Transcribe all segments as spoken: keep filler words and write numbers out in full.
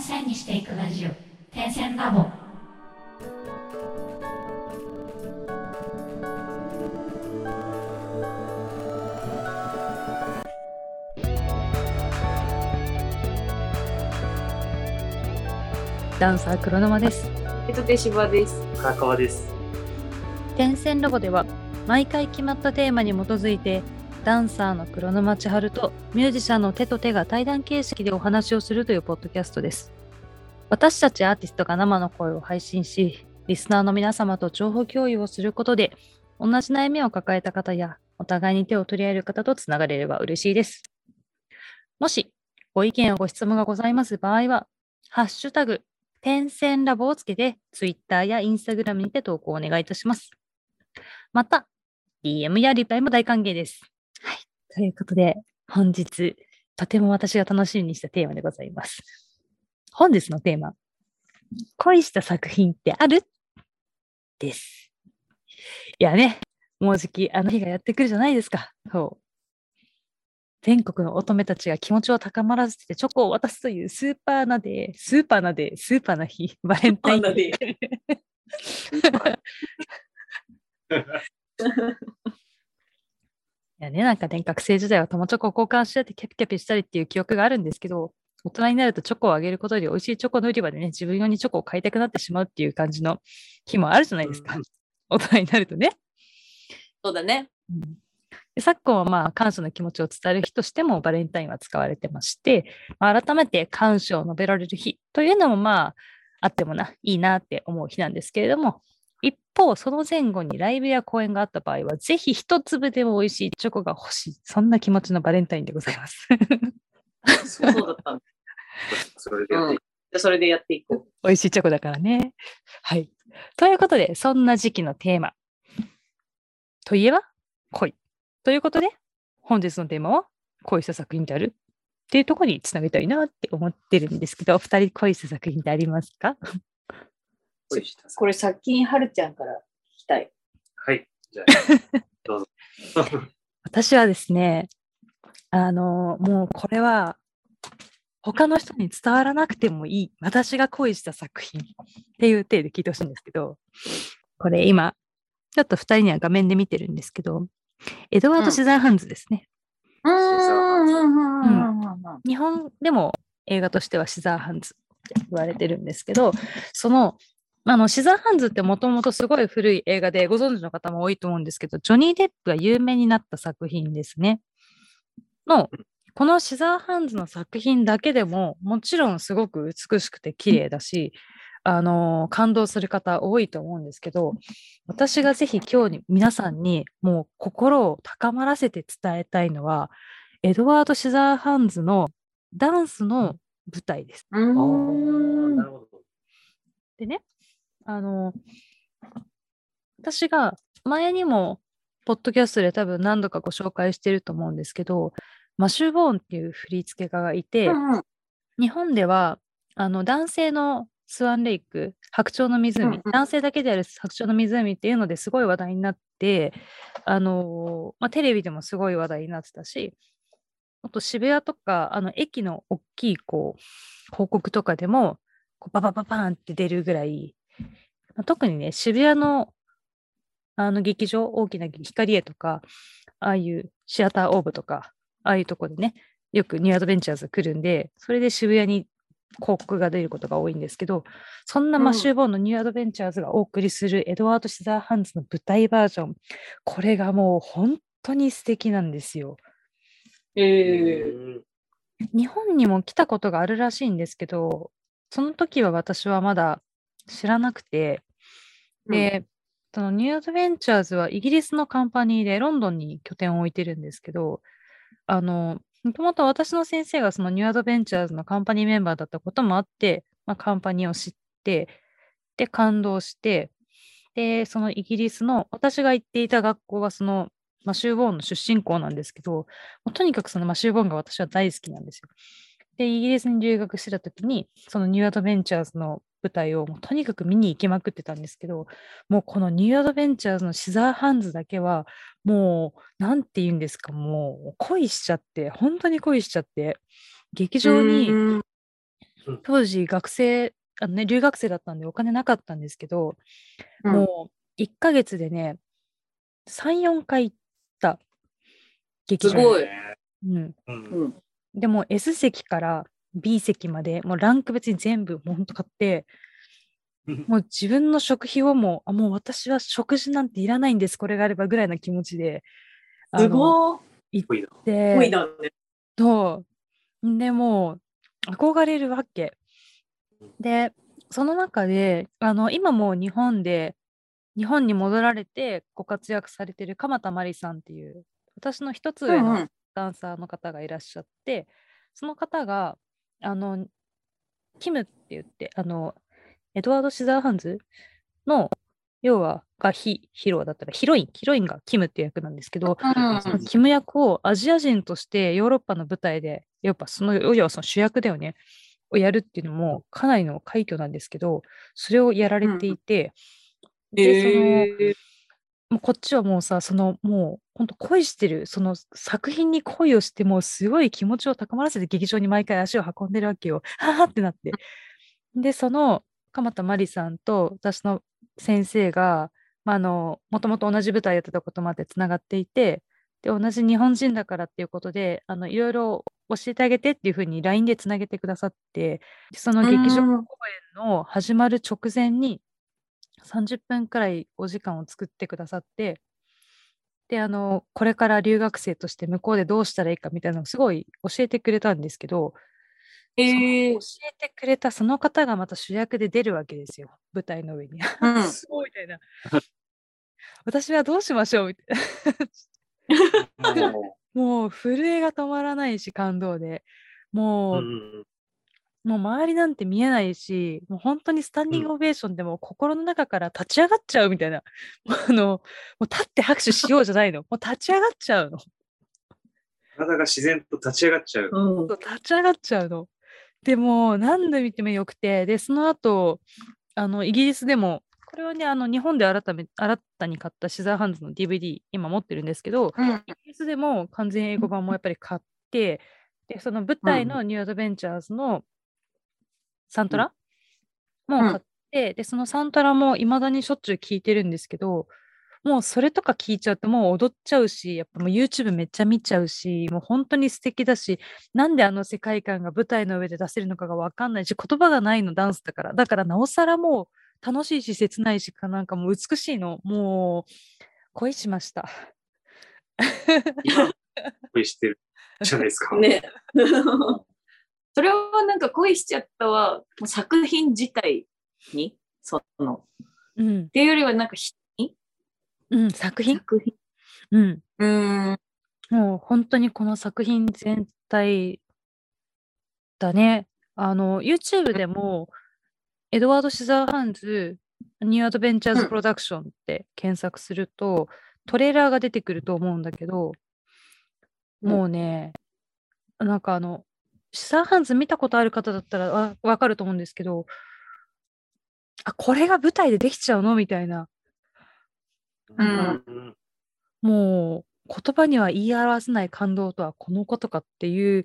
線にしていくラジオ、点線ラボ。 ダンサー黒沼です。 えとてしばです。 荒川です。 点線ラボでは毎回決まったテーマに基づいてダンサーの黒沼千春とミュージシャンの手と手が対談形式でお話をするというポッドキャストです。私たちアーティストが生の声を配信し、リスナーの皆様と情報共有をすることで同じ悩みを抱えた方やお互いに手を取り合える方とつながれれば嬉しいです。もしご意見やご質問がございます場合はハッシュタグ点線ラボをつけて Twitter や Instagram にて投稿をお願いいたします。また ディーエム やリプライも大歓迎です。はい、ということで本日とても私が楽しみにしたテーマでございます。本日のテーマ、恋した作品ってある？です。いやね、もうじきあの日がやってくるじゃないですか。そう。全国の乙女たちが気持ちを高まらせてチョコを渡すというスーパーなデー、スーパーなデー、スーパーな日、バレンタインデー。いやね、なんかね、学生時代は友チョコを交換し合ってキャピキャピしたりっていう記憶があるんですけど、大人になるとチョコをあげることで美味しいチョコの売り場でね、自分用にチョコを買いたくなってしまうっていう感じの日もあるじゃないですか。うん、大人になるとね。 そうだね。 うんで昨今はまあ感謝の気持ちを伝える日としてもバレンタインは使われてまして、まあ、改めて感謝を述べられる日というのもまああってもな、いいなって思う日なんですけれども、一方その前後にライブや公演があった場合はぜひ一粒でも美味しいチョコが欲しい、そんな気持ちのバレンタインでございます。 そうだったんだ。それでやっていこう。それでやっていこう。 美味しいチョコだからね。はい。ということで、そんな時期のテーマといえば恋。ということで、本日のテーマは恋した作品であるっていうところにつなげたいなって思ってるんですけど、お二人恋した作品ってありますか？ これ先にはるちゃんから聞きたい。 はい、じゃあどうぞ。 私はですね、あのもうこれは他の人に伝わらなくてもいい、私が恋した作品っていう体で聞いてほしいんですけど、これ今ちょっとふたりには画面で見てるんですけど、エドワード・シザーハンズですね。 うん、 日本でも映画としてはシザーハンズって言われてるんですけど、そのあのシザーハンズってもともとすごい古い映画でご存知の方も多いと思うんですけど、ジョニー・デップが有名になった作品ですね。のこのシザーハンズの作品だけでももちろんすごく美しくて綺麗だし、あのー、感動する方多いと思うんですけど、私がぜひ今日に皆さんにもう心を高まらせて伝えたいのはエドワード・シザーハンズのダンスの舞台です。 うーん、 なるほど。 でね、あのー、私が前にもポッドキャストで多分何度かご紹介してると思うんですけど、マシュー・ボーンっていう振付家がいて、 うんうん、 日本ではあの男性のスワンレイク、白鳥の湖、うんうん、男性だけである白鳥の湖っていうのですごい話題になって、あのーまあ、テレビでもすごい話題になってたし、あと渋谷とかあの駅の大きいこう広告とかでもこうババババーンって出るぐらい、まあ、特にね渋谷のあの劇場、大きな光栄とか、ああいうシアターオーブとか、ああいうとこでね、よくニューアドベンチャーズ来るんで、それで渋谷に広告が出ることが多いんですけど、そんなマシュー・ボーンのニューアドベンチャーズがお送りするエドワード・シザーハンズの舞台バージョン、これがもう本当に素敵なんですよ。 えー、 日本にも来たことがあるらしいんですけど、その時は私はまだ知らなくて、で、うん、そのニューアドベンチャーズはイギリスのカンパニーでロンドンに拠点を置いてるんですけど、あの、もともと私の先生がそのニューアドベンチャーズのカンパニーメンバーだったこともあって、まあ、カンパニーを知って、で、感動して、で、そのイギリスの、私が行っていた学校がそのマシュー・ボーンの出身校なんですけど、もうとにかくそのマシュー・ボーンが私は大好きなんですよ。で、イギリスに留学してた時に、そのニューアドベンチャーズの舞台をもうとにかく見に行きまくってたんですけど、もうこのニューアドベンチャーズのシザーハンズだけは、もう、なんて言うんですか、もう恋しちゃって、本当に恋しちゃって、劇場に当時学生、あのね、留学生だったんでお金なかったんですけど、 うんもういっかげつでね、さん、よんかい行った劇場に。 すごい。 うん。 うんうん。 でも S 席から B 席まで、もうランク別に全部もうほんと買って、もう自分の食費をもう、あ、もう私は食事なんていらないんです、これがあればぐらいな気持ちで、あすの、 ごい。 行っ多いて、 だね。 そう。でもう、憧れるわけ。で、その中で、あの、今もう日本で、日本に戻られてご活躍されてる鎌田真理さんっていう、私の一つ上のうんうん。 ダンサーの方がいらっしゃって、その方が、あの、キムって言って、あの、エドワード・シザーハンズの、要は、がヒ、ヒーローだったら、ヒロイン、ヒロインがキムっていう役なんですけど、 うんそのキム役をアジア人としてヨーロッパの舞台で、やっぱその、要はその主役だよね、をやるっていうのもかなりの快挙なんですけど、それをやられていて、で、その、 へえ。 もうこっちはもうさ、その、もう、本当恋してる、その作品に恋をして、もうすごい気持ちを高まらせて劇場に毎回足を運んでるわけよ。ははってなって。で、その、鎌田真理さんと私の先生が、まあ、あの、もともと同じ舞台やってたこともあってつながっていて、で、同じ日本人だからっていうことで、あの、いろいろ教えてあげてっていうふうに ライン でつなげてくださって、でその劇場公演の始まる直前にさんじゅっぷんくらいお時間を作ってくださって、で、あの、これから留学生として向こうでどうしたらいいかみたいなのをすごい教えてくれたんですけど、そのへえ。 教えてくれたその方がまた主役で出るわけですよ、舞台の上に。 うん。 すごいみたいな。私はどうしましょうみたいな。 ももう震えが止まらないし、感動で。 う、 もう、 うんもう周りなんて見えないし、もう本当にスタンディングオベーションでも心の中から立ち上がっちゃうみたいな。あの、もう立って拍手しようじゃないの。もう立ち上がっちゃうの。 体が自然と立ち上がっちゃう。 うん。 そう立ち上がっちゃうの。でも、何度見てもよくて、で、その後、あの、イギリスでも、これはね、あの、日本で改め、新たに買ったシザーハンズの ディーブイディー、今持ってるんですけど、 うん。 イギリスでも完全英語版もやっぱり買って、で、その舞台のニューアドベンチャーズのサントラも買って、で、そのサントラも未だにしょっちゅう聴いてるんですけど、もうそれとか聞いちゃうともう踊っちゃうし、やっぱもう YouTube めっちゃ見ちゃうし、もう本当に素敵だし、なんであの世界観が舞台の上で出せるのかがわかんないし、言葉がないの、ダンスだから。だからなおさらもう楽しいし、切ないしかなんかもう美しいの。もう恋しました。 今、恋してるじゃないですか。 ね。それはなんか恋しちゃったは、もう作品自体に、その、 うんっ、ていうよりはなんか人に、 うん、作品作品。 うん。 うーん。 もう本当にこの作品全体だね。あの、YouTube でも、エドワード・シザーハンズ、ニューアドベンチャーズ・うんプロダクションって検索すると、トレーラーが出てくると思うんだけど、 うんもうね、なんかあの、シザーハンズ見たことある方だったらわわかると思うんですけど、あ、これが舞台でできちゃうのみたいな。 うんうんもう、言葉には言い表せない感動とはこのことかっていう、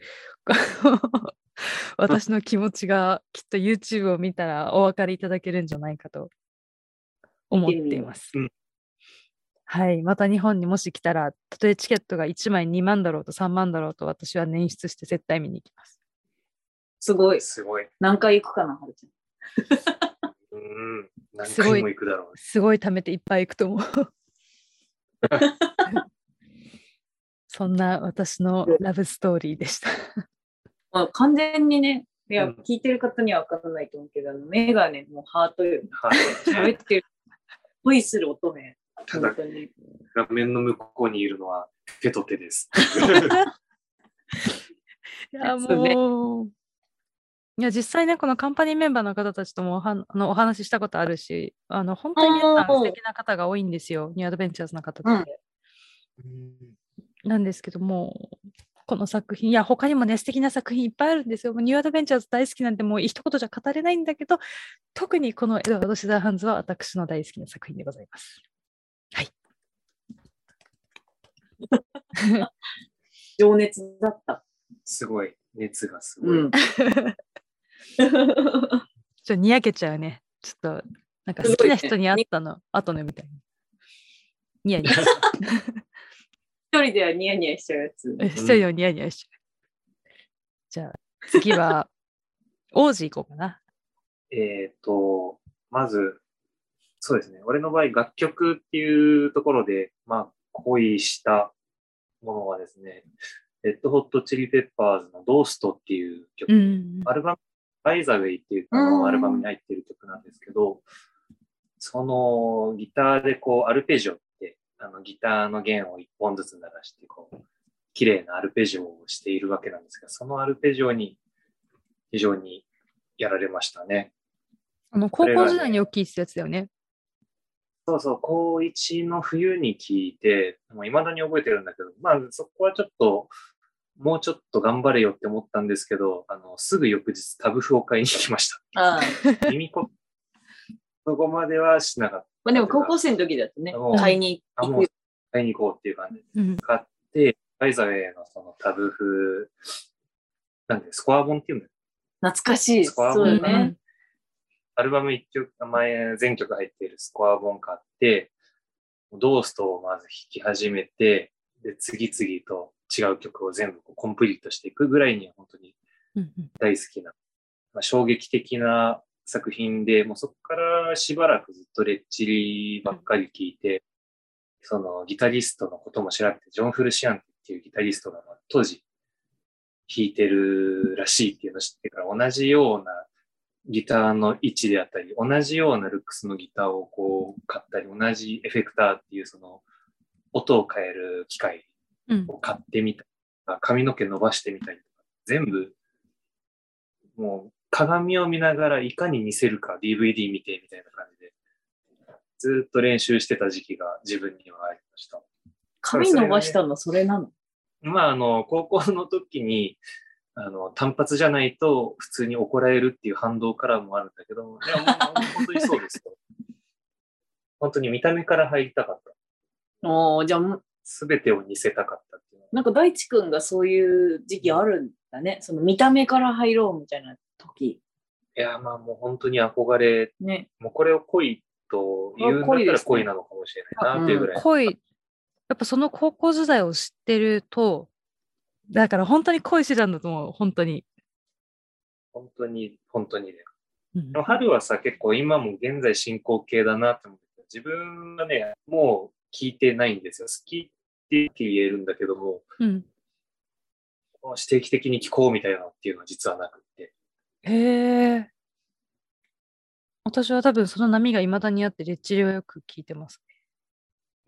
私の気持ちがきっと YouTube を見たらお分かりいただけるんじゃないかと思っています。 うんはい。また日本にもし来たら、たとえチケットがいちまいにまんだろうとさんまんだろうと私は捻出して絶対見に行きます。 すごい。 すごい。 何回行くかな、はるちうん。何すごい回も行くだろうね。 すごい貯めていっぱい行くと思う。そんな私のラブストーリーでした。 ゃん。まあ、完全にね、いや、 うん聞いてる方には分からないと思うけど、あの目がね、もうハートよ。 はい。 喋ってる。恋する乙女。 ただ本当に。 画面の向こうにいるのは手と手です。 いや、 そうねもう。いや、実際ね、このカンパニーメンバーの方たちともおはあのお話ししたことあるし、あの本当に皆さんおー素敵な方が多いんですよ、ニューアドベンチャーズの方って。なんですけども、この作品、いや、他にもね、素敵な作品いっぱいあるんですよ。もうニューアドベンチャーズ大好きなんてもう一言じゃ語れないんだけど、特にこのエドワード・シザーハンズは私の大好きな作品でございます。はい。 情熱だった。 すごい。熱がすごい。 うん。 ちょっとにやけちゃうね。ちょっと、なんか好きな人に会ったの、後のみたいに。ニヤニヤ。 一人ではニヤニヤしちゃうやつ。 一人ではニヤニヤしちゃう。じゃあ、次は、王子行こうかな。 えっと、まず、そうですね。俺の場合、楽曲っていうところで、まあ、恋したものはですね、レッドホットチリペッパーズのドーストっていう曲、 うん。 アルバム、バイザウェイっていうあのアルバムに入っている曲なんですけど、そのギターでこう、アルペジオって、あのギターの弦を一本ずつ鳴らして、こう、綺麗なアルペジオをしているわけなんですが、そのアルペジオに非常にやられましたね。 あの、高校時代に大きいってやつだよね。 そうそう、高いちの冬に聞いて、もう未だに覚えてるんだけど、まあそこはちょっと、もうちょっと頑張れよって思ったんですけど、あの、すぐ翌日タブ譜を買いに行きました。 ああ。 耳コそこまではしなかった。 まあでも高校生の時だとね、買いに行く。買いに行こうっていう感じで、うん、買って、バイザウェイのそのタブ譜、なんで、スコア本っていうんだよ。 懐かしい。 スコア本そうね。 アルバム一曲、前、全曲入っているスコア本買って、ドーストをまず弾き始めて、で、次々と違う曲を全部コンプリートしていくぐらいに本当に大好きな、まあ、衝撃的な作品で、もうそこからしばらくずっとレッチリばっかり聴いて、そのギタリストのことも調べて、ジョン・フルシアンテっていうギタリストが当時弾いてるらしいっていうのを知ってから同じようなギターの位置であったり、同じようなルックスのギターをこう買ったり、同じエフェクターっていうその音を変える機械を買ってみたり、うん、髪の毛伸ばしてみたりとか、全部もう鏡を見ながらいかに似せるか ディーブイディー 見てみたいな感じで、ずっと練習してた時期が自分にはありました。 髪伸ばしたのそれなの？ まああの、高校の時に、あの、単発じゃないと普通に怒られるっていう反動からもあるんだけど、いや、もう本当にそうですよ。本当に見た目から入りたかった。 おー、じゃあ、 すべてを似せたかったっていう。 なんか大地くんがそういう時期あるんだね。その見た目から入ろうみたいな時。 いや、まあもう本当に憧れ、 ね、 もうこれを恋と言うんだったら恋なのかもしれないなっていうぐらい。 うん、恋、やっぱその高校時代を知ってると、だから本当に恋してたんだと思う、本当に。 本当に、本当にね。 うん、 でも春はさ、結構今も現在進行形だなって思って、自分がね、もう聞いてないんですよ。好きって言えるんだけども、 うん、 定期的に聴こうみたいなのっていうのは実はなくて。 へえ。私は多分その波が未だにあって、レッチリをよく聞いてます。 うん。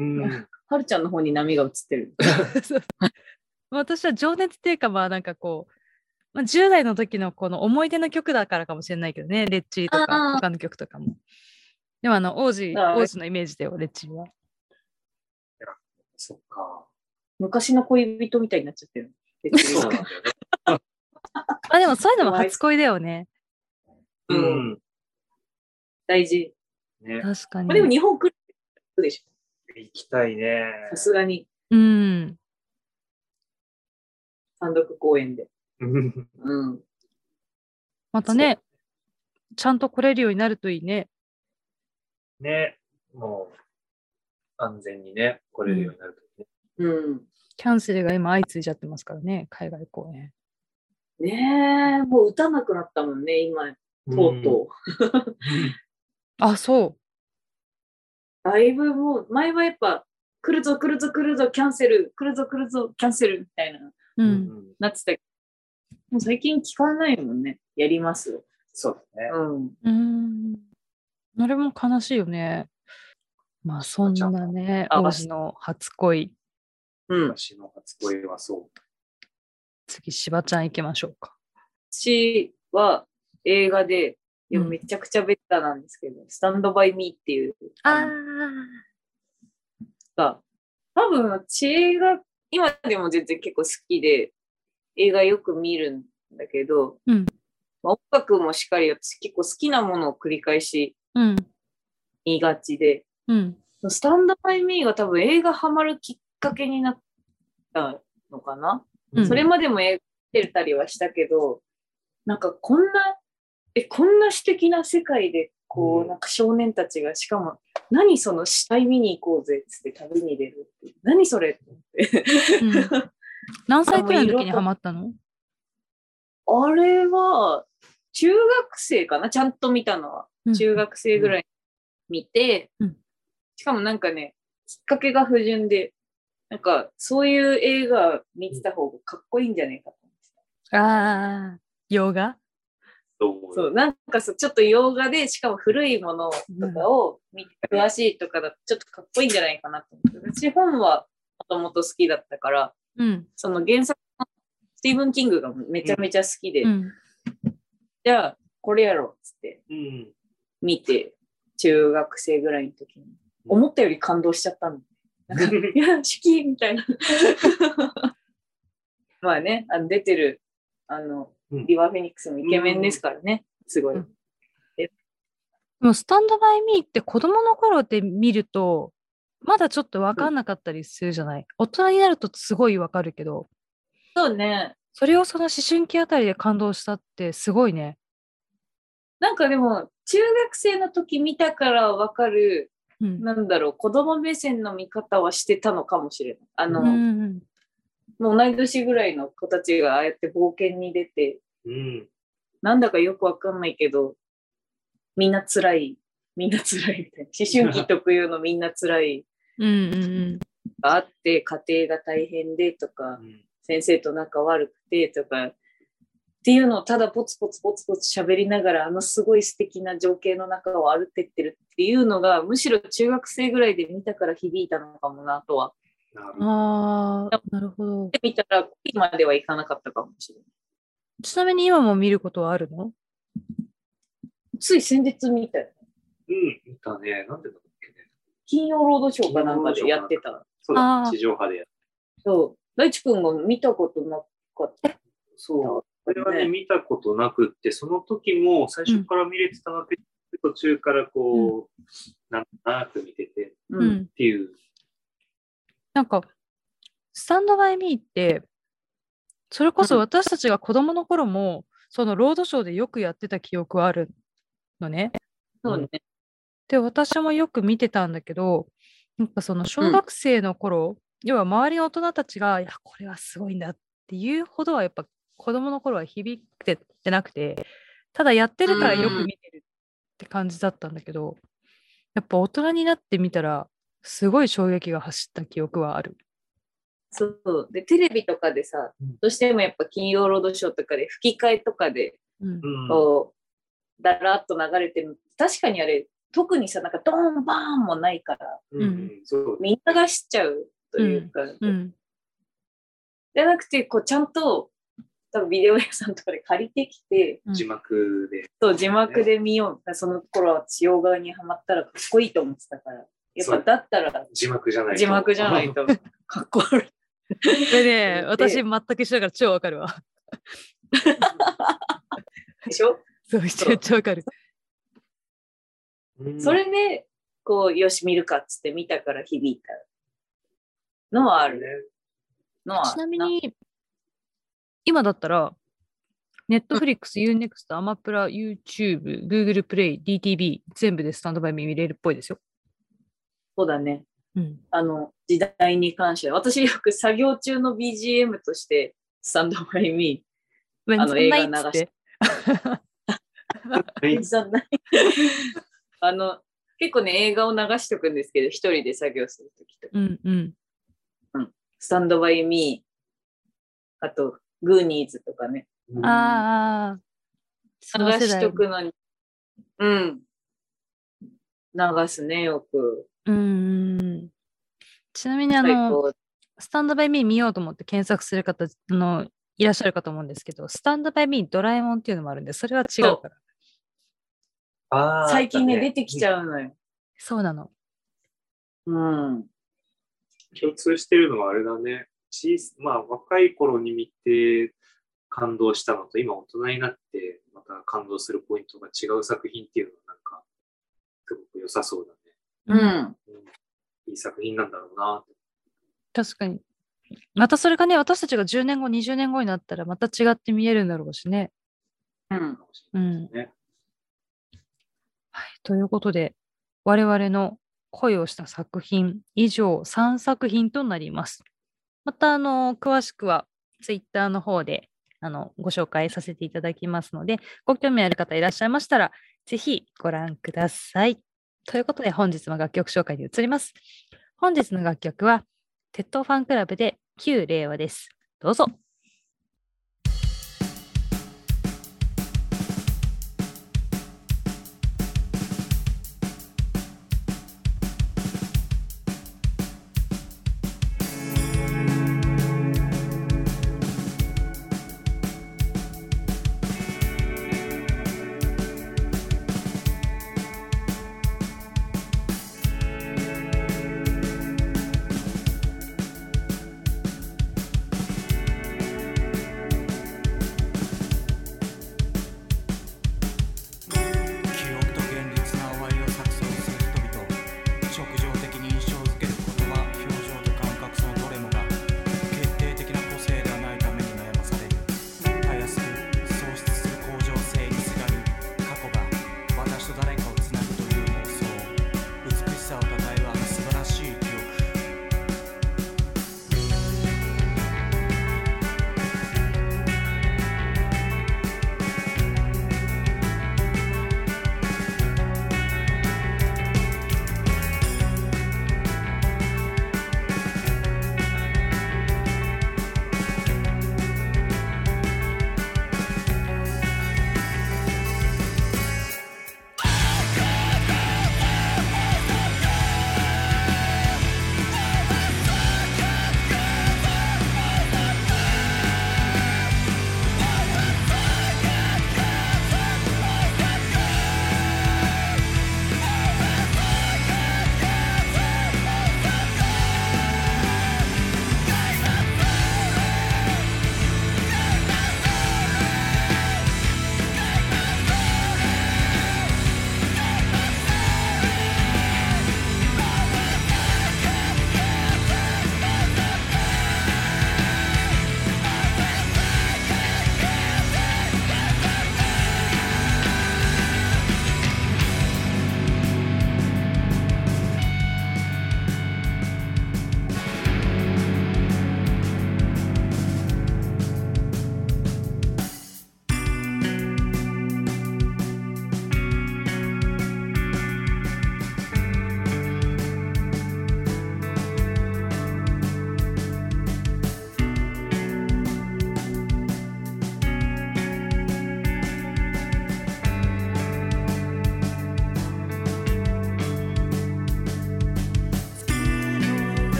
はるちゃんの方に波が映ってる。 私は情熱っていうか、まあなんかこう、まあ、じゅう代の時のこの思い出の曲だからかもしれないけどね、レッチリとか他の曲とかも。でもあの王子、王子のイメージだよ、レッチリは。いや、そっか。 昔の恋人みたいになっちゃってる。 そうなんだよね。 あ、でもそういうのも初恋だよね。 うん。 大事。 ね、 確かに。 まあ、でも日本来るでしょ。 行きたいね。 さすがに。 うん。 単独公演で。うん。 またね、ちゃんと来れるようになるといいね。 ね、もう安全にね、来れるようになるといいね。 うん。 キャンセルが今相次いじゃってますからね、海外公演。 ねえ、もう打たなくなったもんね、今、とうとう。 あ、そう。 だいぶもう、前はやっぱ、来るぞ来るぞ来るぞ、キャンセル、来るぞ来るぞ、キャンセルみたいな、 うん、 なってたけど、もう最近聞かないもんね、やります。 そうですね。 うん。 うん。あれも悲しいよね。まあ、そんなね、王子の初恋。 うん。 私の初恋はそう。 次、しばちゃん行きましょうか。 私は映画で、いやめちゃくちゃベッタなんですけど、うん、スタンドバイミーっていう。 あが、多分私映画、今でも全然結構好きで、映画よく見るんだけど、 うん、 まあ、音楽もしっかり私結構好きなものを繰り返し見がちで、 うんうん、 スタンドバイミーが多分映画ハマるきっかけになったのかな、うん、それまでも映画見てたりはしたけど、なんかこんなえ、こんな素敵な世界で、こう、 うんなんか少年たちが、しかも、何その死体見に行こうぜっつって旅に出るって。何それって思って。 うん何歳くらいの時にハマったの？ あれは、中学生かなちゃんと見たのは。 うん中学生ぐらいに見て、 うんしかもなんかね、きっかけが不純で、なんか、そういう映画見てた方がかっこいいんじゃないかと思ってああ、洋画？ と思う。 そう、なんかそう、ちょっと洋画で、しかも古いものとかを見て、詳しいとかだとちょっとかっこいいんじゃないかなと思って。私本はもともと好きだったから、 うん。 その原作のスティーブン・キングがめちゃめちゃ好きで、 うん。 じゃあ、これやろうっつってうん。 見て、中学生ぐらいの時に、思ったより感動しちゃったの。なんかいや、好きみたいな。まあね、あの出てる、あの、 うんリバー・フェニックスもイケメンですからね、すごい。 うんでもスタンドバイミーって子供の頃で見ると、まだちょっと分かんなかったりするじゃない。大人になるとすごい分かるけど、 そうね。 それをその思春期あたりで感動したってすごいね。 なんかでも、中学生の時見たからわかる、 うん。 なんだろう、子供目線の見方はしてたのかもしれない。あの、 うんうんもう同い年ぐらいの子たちがああやって冒険に出て、 うん。 なんだかよくわかんないけど、みんな辛い、みんな辛いみたいな。思春期特有のみんな辛いうんうんうんがあって、家庭が大変でとか、先生と仲悪くてとか、っていうのをただポツポツポツポツ喋りながら、あのすごい素敵な情景の中を歩ってってるっていうのが、むしろ中学生ぐらいで見たから響いたのかもなとは。 なるほど。 ああ、なるほど。 で見たら、恋まではいかなかったかもしれない。 ちなみに今も見ることはあるの？ つい先日見たよ。 うん。見たね。なんでだっけね。 金曜ロードショーかなんかでやってた。 そうだ、 あー地上波でやっそう。大地君が見たことなかった。 そう。これはね、見たことなくって、その時も最初から見れてたわけで、途中からこう、なんとなく見ててう。 うんん。 っていう。 なんか、スタンドバイミーって、それこそうん私たちが子供の頃も、そのロードショーでよくやってた記憶はあるのね。 そうね。 で、私もよく見てたんだけど、なんかその小学生の頃、要は周りの大人たちが、いや、これはすごいんだっていうほどはやっぱ子供の頃は響いてってなくて、ただやってるからよく見てるって感じだったんだけど、やっぱ大人になってみたら、すごい衝撃が走った記憶はある。 そう。で、テレビとかでさ、 うんどうしてもやっぱ金曜ロードショーとかで吹き替えとかで、 うんうん。 こう、だらっと流れてる。確かにあれ、特にさ、なんかドーンバーンもないから、 うんうん。そう。 見流しちゃうというか、 うん。 じゃなくて、こう、ちゃんと、多分ビデオ屋さんとかで借りてきて、 うん字幕で。 そう、字幕で見よう。その頃は千代側にはまったらかっこいいと思ってたから。やっぱだったら字幕じゃないと。 字幕じゃないとかっこ悪い。 でね、 で私全く一緒だから超わかるわ。 でしょ、 そう、めっちゃわかる。 うんそれで、こう、よし、見るかっつって見たから響いたのはある。 ね。 のはちなみに、今だったら、Netflix、Unext、アマプラ、YouTube、Google プレイ、ディーティービー、全部でスタンドバイミー見れるっぽいですよ。 そうだね。 うん。 あの、時代に関しては。私よく作業中の ビージーエム として Stand by Me。あの映画流しして。 はいじゃないあの、結構ね、映画を流しとくんですけど、一人で作業するときとか。 うんうん。 スタンドバイミー、あと、グーニーズとかね。 ああ、その流し世代とくのに。うん。流すね、よく。 うんうん。ちなみにあ最の、 高。 スタンドバイミー見ようと思って検索する方あのいらっしゃるかと思うんですけど、スタンドバイミードラえもんっていうのもあるんで、それは違うから。 あー最近ね、 あった出てきちゃうのよ。 そうなの。 うん。 共通してるのはあれだね。小さまあ、若い頃に見て感動したのと、今大人になってまた感動するポイントが違う作品っていうのはなんか、すごく良さそうだね。 うん。 うん、いい作品なんだろうな。 確かに。またそれがね、私たちがじゅうねんご、にじゅうねんごになったらまた違って見えるんだろうしね。 うん。 かもしうん。 れないね。 ということで、我々の恋をした作品以上さんさく品となります。また、あの、詳しくはツイッターの方であのご紹介させていただきますので、ご興味ある方いらっしゃいましたら、ぜひご覧ください。ということで、本日の楽曲紹介に移ります。本日の楽曲は、鉄塔ファンクラブで旧令和です。どうぞ。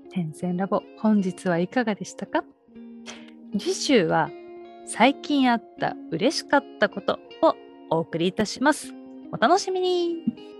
点線ラボ、本日はいかがでしたか？次週は最近あった嬉しかったことをお送りいたします。お楽しみに。